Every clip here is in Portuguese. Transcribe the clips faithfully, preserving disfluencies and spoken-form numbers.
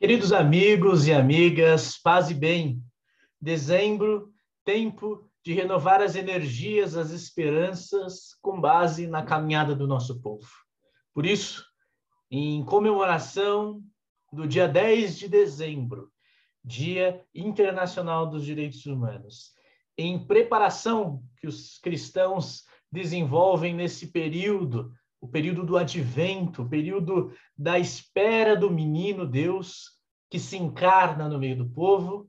Queridos amigos e amigas, paz e bem. Dezembro, tempo de renovar as energias, as esperanças, com base na caminhada do nosso povo. Por isso, em comemoração do dia dez de dezembro, Dia Internacional dos Direitos Humanos, em preparação que os cristãos desenvolvem nesse período, o período do advento, o período da espera do menino Deus, que se encarna no meio do povo,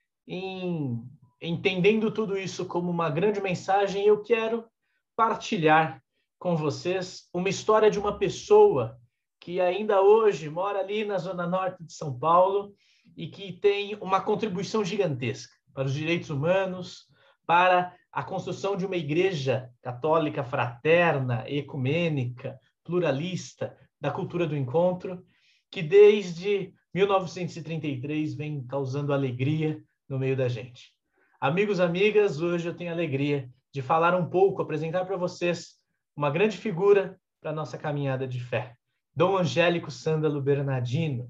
em, entendendo tudo isso como uma grande mensagem, eu quero partilhar com vocês uma história de uma pessoa que ainda hoje mora ali na zona norte de São Paulo e que tem uma contribuição gigantesca para os direitos humanos, para a construção de uma igreja católica fraterna, ecumênica, pluralista, da cultura do encontro, que desde mil novecentos e trinta e três vem causando alegria no meio da gente. Amigos, amigas, hoje eu tenho a alegria de falar um pouco, apresentar para vocês uma grande figura para a nossa caminhada de fé. Dom Angélico Sândalo Bernardino,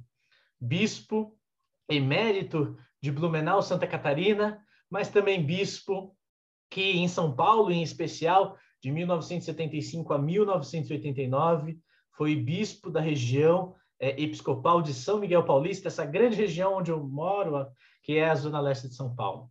bispo emérito de Blumenau, Santa Catarina, mas também bispo que em São Paulo, em especial, de mil novecentos e setenta e cinco a mil novecentos e oitenta e nove, foi bispo da região é, episcopal de São Miguel Paulista, essa grande região onde eu moro, que é a zona leste de São Paulo.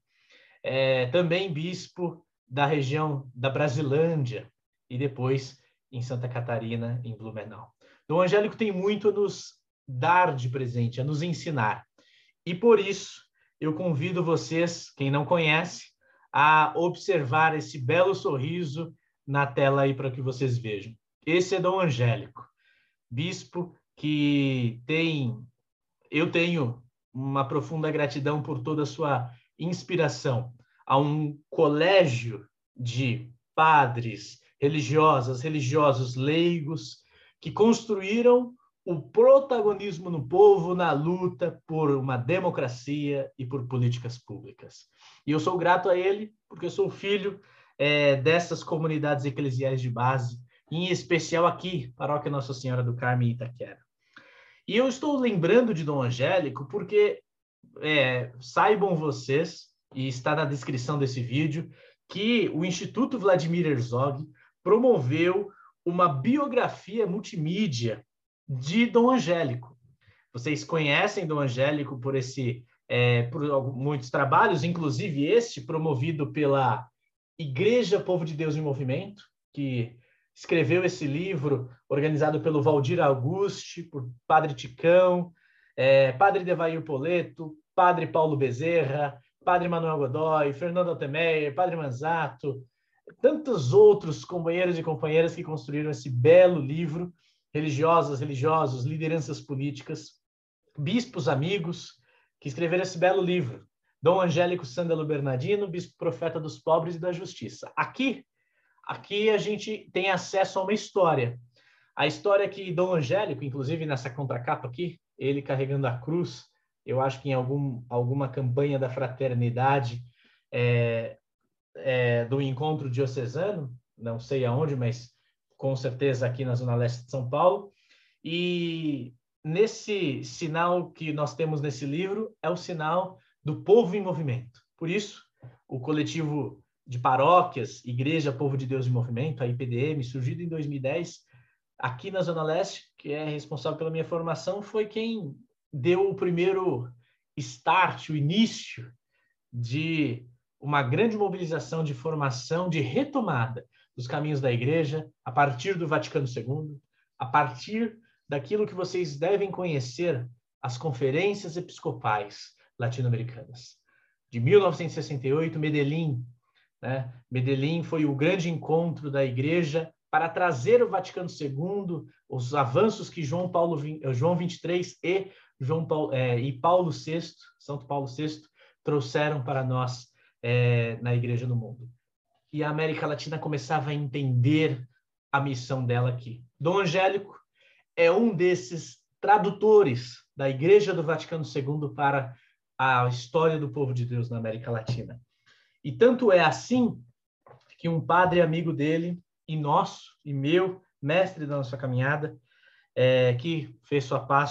É, também bispo da região da Brasilândia e depois em Santa Catarina, em Blumenau. Dom Angélico tem muito a nos dar de presente, a nos ensinar. E por isso, eu convido vocês, quem não conhece, a observar esse belo sorriso na tela aí para que vocês vejam. Esse é Dom Angélico, bispo que tem, eu tenho uma profunda gratidão por toda a sua inspiração a um colégio de padres, religiosas, religiosos leigos que construíram o protagonismo no povo na luta por uma democracia e por políticas públicas. E eu sou grato a ele porque eu sou filho é, dessas comunidades eclesiais de base, em especial aqui, Paróquia Nossa Senhora do Carmo, em Itaquera. E eu estou lembrando de Dom Angélico porque é, saibam vocês, e está na descrição desse vídeo, que o Instituto Vladimir Herzog promoveu uma biografia multimídia de Dom Angélico. Vocês conhecem Dom Angélico por esse, é, por muitos trabalhos, inclusive este promovido pela Igreja Povo de Deus em Movimento, que escreveu esse livro organizado pelo Valdir Augusti, por Padre Ticão, é, Padre Devair Poleto, Padre Paulo Bezerra, Padre Manuel Godoy, Fernando Altemeyer, Padre Manzato, tantos outros companheiros e companheiras que construíram esse belo livro, religiosas, religiosos, lideranças políticas, bispos amigos, que escreveram esse belo livro. Dom Angélico Sândalo Bernardino, bispo profeta dos pobres e da justiça. Aqui, aqui a gente tem acesso a uma história. A história que Dom Angélico, inclusive nessa contracapa aqui, ele carregando a cruz, eu acho que em algum, alguma campanha da fraternidade é, é, do encontro diocesano, não sei aonde, mas com certeza aqui na Zona Leste de São Paulo. E nesse sinal que nós temos nesse livro é o sinal do povo em movimento. Por isso, o coletivo de paróquias, Igreja Povo de Deus em Movimento, a I P D M, surgido em dois mil e dez, aqui na Zona Leste, que é responsável pela minha formação, foi quem deu o primeiro start, o início de uma grande mobilização de formação, de retomada dos caminhos da Igreja, a partir do Vaticano segundo, a partir daquilo que vocês devem conhecer, as conferências episcopais latino-americanas. De mil novecentos e sessenta e oito, Medellín, né? Medellín foi o grande encontro da Igreja para trazer o Vaticano segundo, os avanços que João Paulo, João vinte e três e, João Paulo, é, e Paulo sexto, Santo Paulo sexto, trouxeram para nós é, na Igreja no mundo. E a América Latina começava a entender a missão dela aqui. Dom Angélico é um desses tradutores da Igreja do Vaticano segundo para a história do povo de Deus na América Latina. E tanto é assim que um padre amigo dele, e nosso, e meu, mestre da nossa caminhada, é, que fez sua Páscoa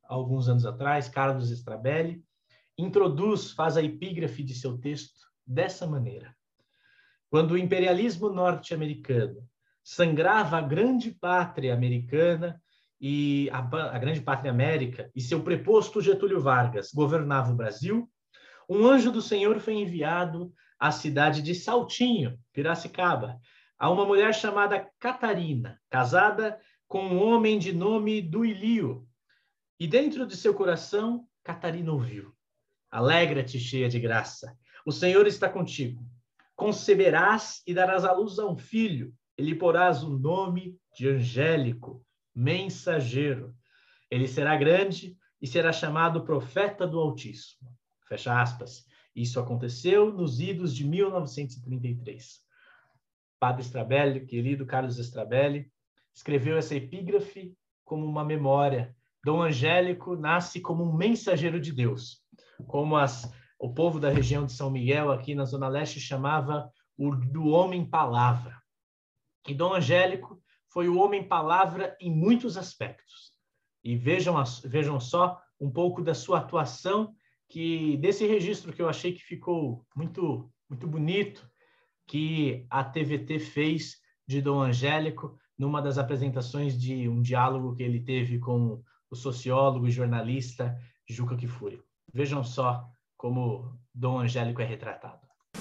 alguns anos atrás, Carlos Strabelli, introduz, faz a epígrafe de seu texto dessa maneira. Quando o imperialismo norte-americano sangrava a grande pátria americana e a, a grande pátria América e seu preposto Getúlio Vargas governava o Brasil, um anjo do Senhor foi enviado à cidade de Saltinho, Piracicaba, a uma mulher chamada Catarina, casada com um homem de nome Duilio. E dentro de seu coração, Catarina ouviu: alegra-te, cheia de graça, o Senhor está contigo. Conceberás e darás à luz a um filho, e lhe porás o nome de Angélico, mensageiro. Ele será grande e será chamado profeta do Altíssimo. Fecha aspas. Isso aconteceu nos idos de mil novecentos e trinta e três. Padre Strabelli, querido Carlos Strabelli, escreveu essa epígrafe como uma memória. Dom Angélico nasce como um mensageiro de Deus, como as, o povo da região de São Miguel, aqui na Zona Leste, chamava o do homem-palavra. E Dom Angélico foi o homem-palavra em muitos aspectos. E vejam, vejam só um pouco da sua atuação, que desse registro que eu achei que ficou muito, muito bonito, que a T V T fez de Dom Angélico numa das apresentações de um diálogo que ele teve com o sociólogo e jornalista Juca Kfouri. Vejam só como Dom Angélico é retratado.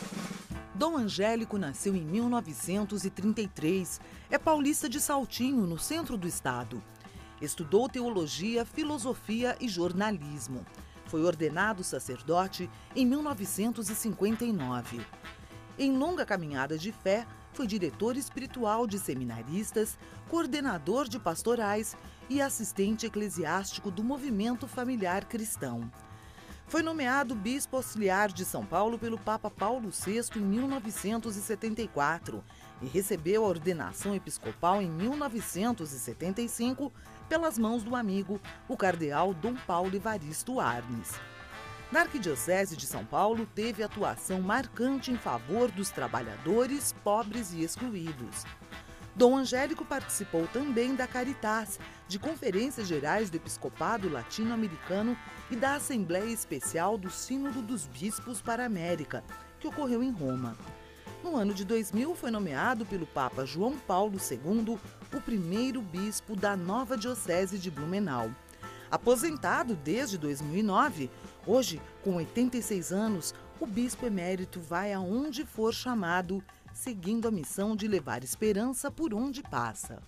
Dom Angélico nasceu em mil novecentos e trinta e três. É paulista de Saltinho, no centro do estado. Estudou teologia, filosofia e jornalismo. Foi ordenado sacerdote em mil novecentos e cinquenta e nove. Em longa caminhada de fé, foi diretor espiritual de seminaristas, coordenador de pastorais e assistente eclesiástico do movimento familiar cristão. Foi nomeado bispo auxiliar de São Paulo pelo Papa Paulo sexto em mil novecentos e setenta e quatro e recebeu a ordenação episcopal em mil novecentos e setenta e cinco pelas mãos do amigo, o cardeal Dom Paulo Evaristo Arnes. Na Arquidiocese de São Paulo, teve atuação marcante em favor dos trabalhadores, pobres e excluídos. Dom Angélico participou também da Caritas, de Conferências Gerais do Episcopado Latino-Americano e da Assembleia Especial do Sínodo dos Bispos para a América, que ocorreu em Roma. No ano de dois mil, foi nomeado pelo Papa João Paulo segundo o primeiro bispo da nova Diocese de Blumenau. Aposentado desde dois mil e nove, hoje, com oitenta e seis anos, o bispo emérito vai aonde for chamado, seguindo a missão de levar esperança por onde passa.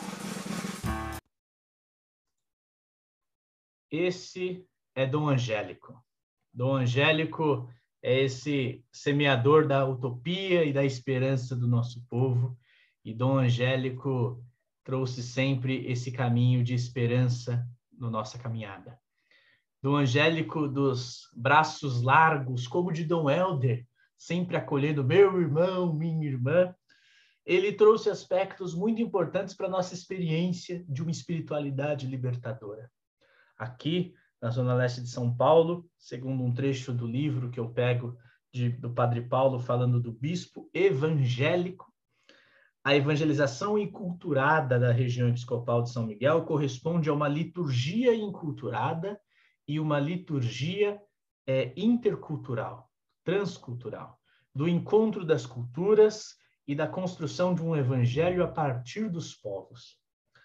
Esse é Dom Angélico. Dom Angélico é esse semeador da utopia e da esperança do nosso povo. E Dom Angélico trouxe sempre esse caminho de esperança na nossa caminhada. Dom Angélico dos braços largos, como de Dom Helder, sempre acolhendo meu irmão, minha irmã, ele trouxe aspectos muito importantes para a nossa experiência de uma espiritualidade libertadora. Aqui, na Zona Leste de São Paulo, segundo um trecho do livro que eu pego de, do Padre Paulo, falando do bispo evangélico, a evangelização enculturada da região episcopal de São Miguel corresponde a uma liturgia enculturada e uma liturgia é, intercultural, transcultural, do encontro das culturas e da construção de um evangelho a partir dos povos.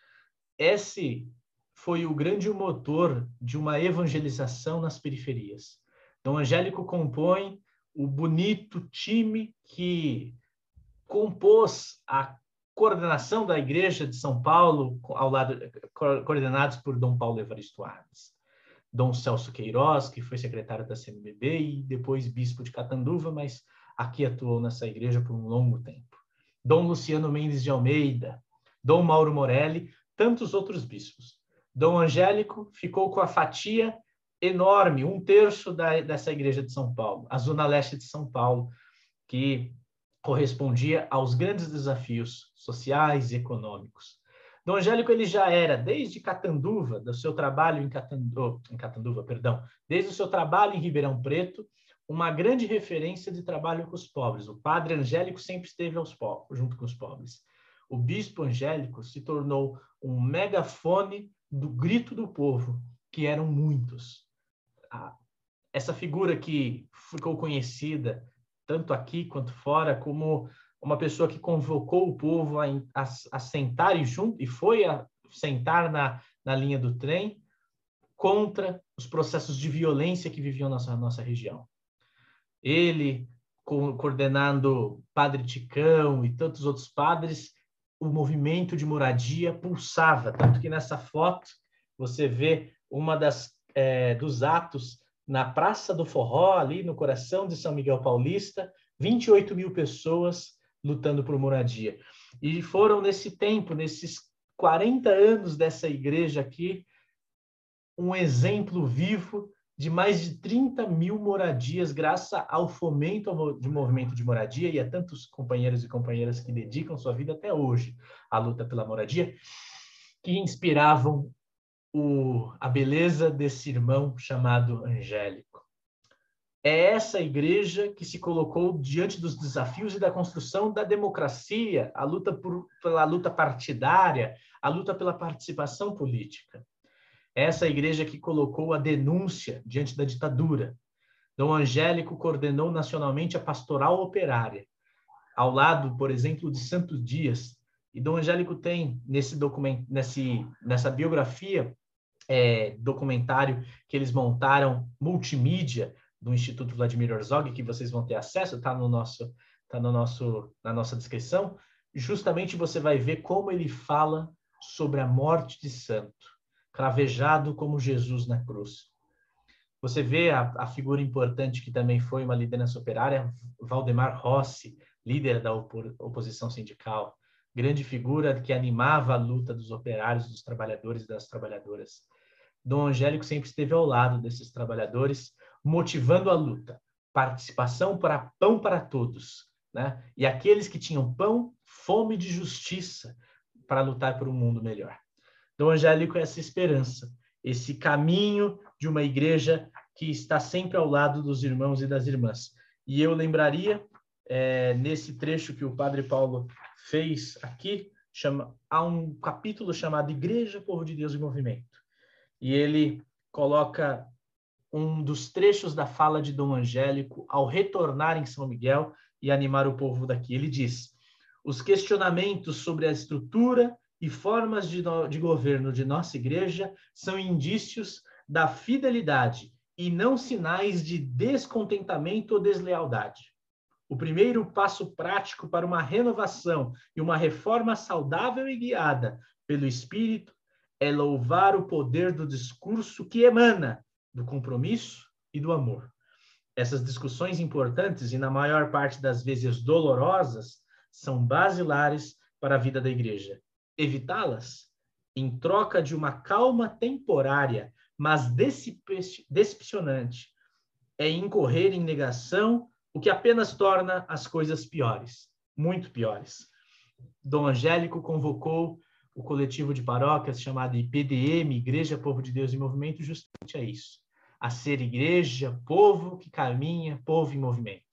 Esse foi o grande motor de uma evangelização nas periferias. Dom Angélico compõe o bonito time que compôs a coordenação da Igreja de São Paulo, ao lado, coordenados por Dom Paulo Evaristo Arnes. Dom Celso Queiroz, que foi secretário da C N B B e depois bispo de Catanduva, mas aqui atuou nessa igreja por um longo tempo. Dom Luciano Mendes de Almeida, Dom Mauro Morelli, tantos outros bispos. Dom Angélico ficou com a fatia enorme, um terço da, dessa igreja de São Paulo, a Zona Leste de São Paulo, que correspondia aos grandes desafios sociais e econômicos. Dom Angélico ele já era, desde Catanduva, do seu trabalho em Catanduva, em Catanduva, perdão, desde o seu trabalho em Ribeirão Preto, uma grande referência de trabalho com os pobres. O padre Angélico sempre esteve aos pobres, junto com os pobres. O bispo Angélico se tornou um megafone do grito do povo que eram muitos. Essa figura que ficou conhecida, tanto aqui quanto fora, como uma pessoa que convocou o povo a, a, a sentar e junto, e foi a sentar na, na linha do trem contra os processos de violência que viviam na nossa, nossa região. Ele, co coordenando Padre Ticão e tantos outros padres, o movimento de moradia pulsava, tanto que nessa foto você vê uma das é, dos atos na Praça do Forró, ali no coração de São Miguel Paulista, vinte e oito mil pessoas lutando por moradia. E foram nesse tempo, nesses quarenta anos dessa igreja aqui, um exemplo vivo de mais de trinta mil moradias, graças ao fomento do movimento de moradia e a tantos companheiros e companheiras que dedicam sua vida até hoje à luta pela moradia, que inspiravam o, a beleza desse irmão chamado Angélico. É essa igreja que se colocou diante dos desafios e da construção da democracia, a luta por, pela luta partidária, a luta pela participação política. Essa igreja que colocou a denúncia diante da ditadura. Dom Angélico coordenou nacionalmente a pastoral operária, ao lado, por exemplo, de Santo Dias. E Dom Angélico tem, nesse documento, nesse, nessa biografia, é, documentário que eles montaram, multimídia, do Instituto Vladimir Herzog, que vocês vão ter acesso, está no nosso, tá no nosso, na nossa descrição. Justamente você vai ver como ele fala sobre a morte de santo, cravejado como Jesus na cruz. Você vê a, a figura importante que também foi uma liderança operária, Valdemar Rossi, líder da opor, oposição sindical, grande figura que animava a luta dos operários, dos trabalhadores e das trabalhadoras. Dom Angélico sempre esteve ao lado desses trabalhadores, motivando a luta, participação para pão para todos, né? E aqueles que tinham pão, fome de justiça, para lutar por um mundo melhor. Dom Angélico é essa esperança, esse caminho de uma igreja que está sempre ao lado dos irmãos e das irmãs. E eu lembraria, é, nesse trecho que o Padre Paulo fez aqui, chama, há um capítulo chamado Igreja, Povo de Deus e Movimento. E ele coloca um dos trechos da fala de Dom Angélico ao retornar em São Miguel e animar o povo daqui. Ele diz: os questionamentos sobre a estrutura e formas de, no, de governo de nossa igreja são indícios da fidelidade e não sinais de descontentamento ou deslealdade. O primeiro passo prático para uma renovação e uma reforma saudável e guiada pelo Espírito é louvar o poder do discurso que emana do compromisso e do amor. Essas discussões importantes e, na maior parte das vezes, dolorosas, são basilares para a vida da igreja. Evitá-las, em troca de uma calma temporária, mas decepcionante, é incorrer em negação, o que apenas torna as coisas piores, muito piores. Dom Angélico convocou o coletivo de paróquias chamado I P D M, Igreja, Povo de Deus e Movimento, justamente a isso, a ser igreja, povo que caminha, povo em movimento.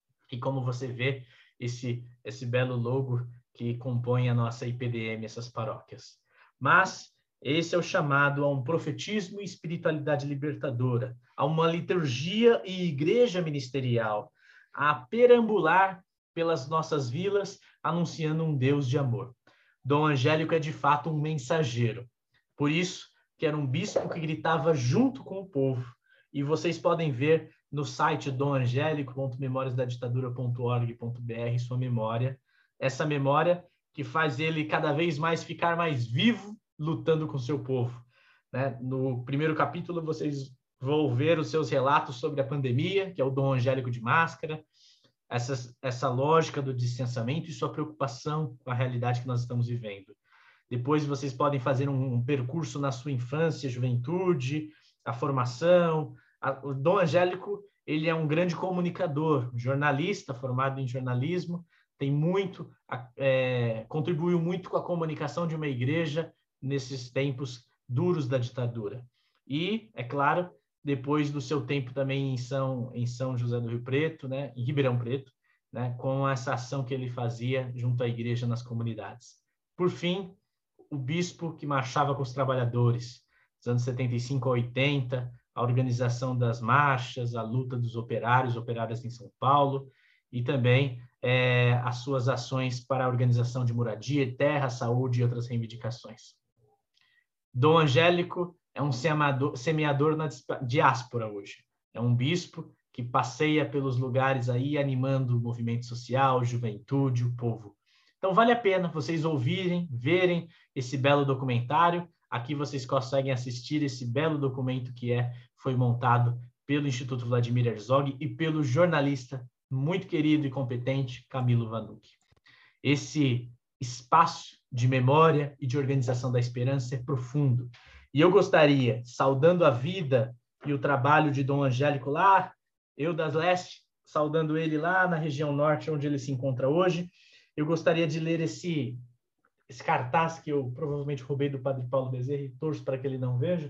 E como você vê, esse, esse belo logo que compõe a nossa I P D M, essas paróquias. Mas esse é o chamado a um profetismo e espiritualidade libertadora, a uma liturgia e igreja ministerial, a perambular pelas nossas vilas, anunciando um Deus de amor. Dom Angélico é, de fato, um mensageiro. Por isso, que era um bispo que gritava junto com o povo. E vocês podem ver no site dom angélico ponto memórias da ditadura ponto org ponto br sua memória, essa memória que faz ele cada vez mais ficar mais vivo, lutando com o seu povo. Né? No primeiro capítulo, vocês vão ver os seus relatos sobre a pandemia, que é o Dom Angélico de máscara, essa, essa lógica do distanciamento e sua preocupação com a realidade que nós estamos vivendo. Depois vocês podem fazer um, um percurso na sua infância, juventude, a formação. A, o Dom Angélico, ele é um grande comunicador, jornalista formado em jornalismo, tem muito, é, contribuiu muito com a comunicação de uma igreja nesses tempos duros da ditadura. E, é claro, depois do seu tempo também em São, em São José do Rio Preto, né, em Ribeirão Preto, né, com essa ação que ele fazia junto à igreja nas comunidades. Por fim, o bispo que marchava com os trabalhadores, dos anos setenta e cinco a oitenta, a organização das marchas, a luta dos operários, operárias em São Paulo, e também é, as suas ações para a organização de moradia, terra, saúde e outras reivindicações. Dom Angélico é um semeador, semeador na diáspora hoje. É um bispo que passeia pelos lugares aí, animando o movimento social, juventude, o povo. Então, vale a pena vocês ouvirem, verem esse belo documentário. Aqui vocês conseguem assistir esse belo documento que é, foi montado pelo Instituto Vladimir Herzog e pelo jornalista muito querido e competente Camilo Vanucchi. Esse espaço de memória e de organização da esperança é profundo. E eu gostaria, saudando a vida e o trabalho de Dom Angélico lá, eu das Leste, saudando ele lá na região norte, onde ele se encontra hoje, eu gostaria de ler esse, esse cartaz que eu provavelmente roubei do Padre Paulo Bezerra e torço para que ele não veja,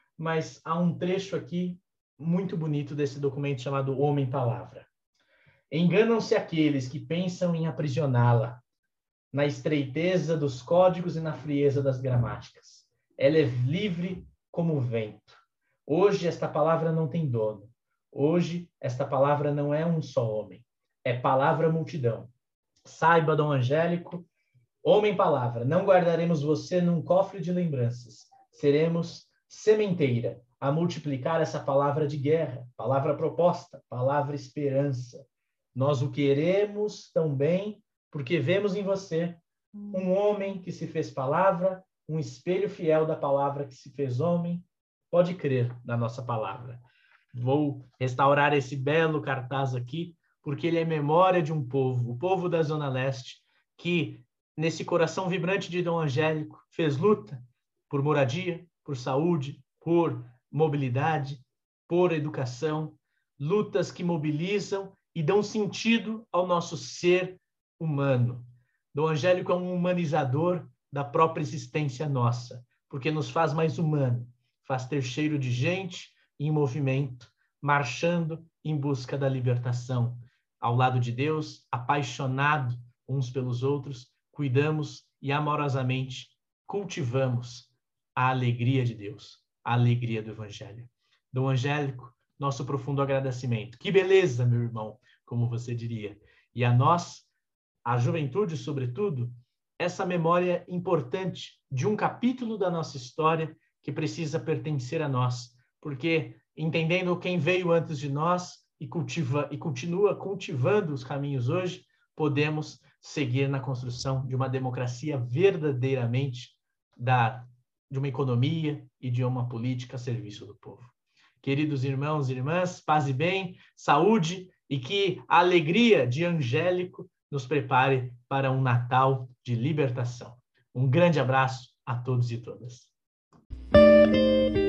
mas há um trecho aqui muito bonito desse documento chamado Homem Palavra. Enganam-se aqueles que pensam em aprisioná-la na estreiteza dos códigos e na frieza das gramáticas. Ela é livre como o vento. Hoje esta palavra não tem dono. Hoje esta palavra não é um só homem. É palavra multidão. Saiba, Dom Angélico, homem palavra, não guardaremos você num cofre de lembranças. Seremos sementeira a multiplicar essa palavra de guerra, palavra proposta, palavra esperança. Nós o queremos tão bem porque vemos em você um homem que se fez palavra, um espelho fiel da palavra que se fez homem. Pode crer na nossa palavra. Vou restaurar esse belo cartaz aqui, porque ele é memória de um povo, o povo da Zona Leste, que, nesse coração vibrante de Dom Angélico, fez luta por moradia, por saúde, por mobilidade, por educação, lutas que mobilizam e dão sentido ao nosso ser humano. Dom Angélico é um humanizador da própria existência nossa, porque nos faz mais humano, faz ter cheiro de gente em movimento, marchando em busca da libertação. Ao lado de Deus, apaixonado uns pelos outros, cuidamos e amorosamente cultivamos a alegria de Deus, a alegria do Evangelho. Dom Angélico, nosso profundo agradecimento. Que beleza, meu irmão, como você diria. E a nós, a juventude, sobretudo, essa memória importante de um capítulo da nossa história que precisa pertencer a nós, porque entendendo quem veio antes de nós e cultiva e continua cultivando os caminhos hoje, podemos seguir na construção de uma democracia verdadeiramente da de uma economia e de uma política a serviço do povo. Queridos irmãos e irmãs, paz e bem, saúde e que a alegria de Angélico nos prepare para um Natal de libertação. Um grande abraço a todos e todas.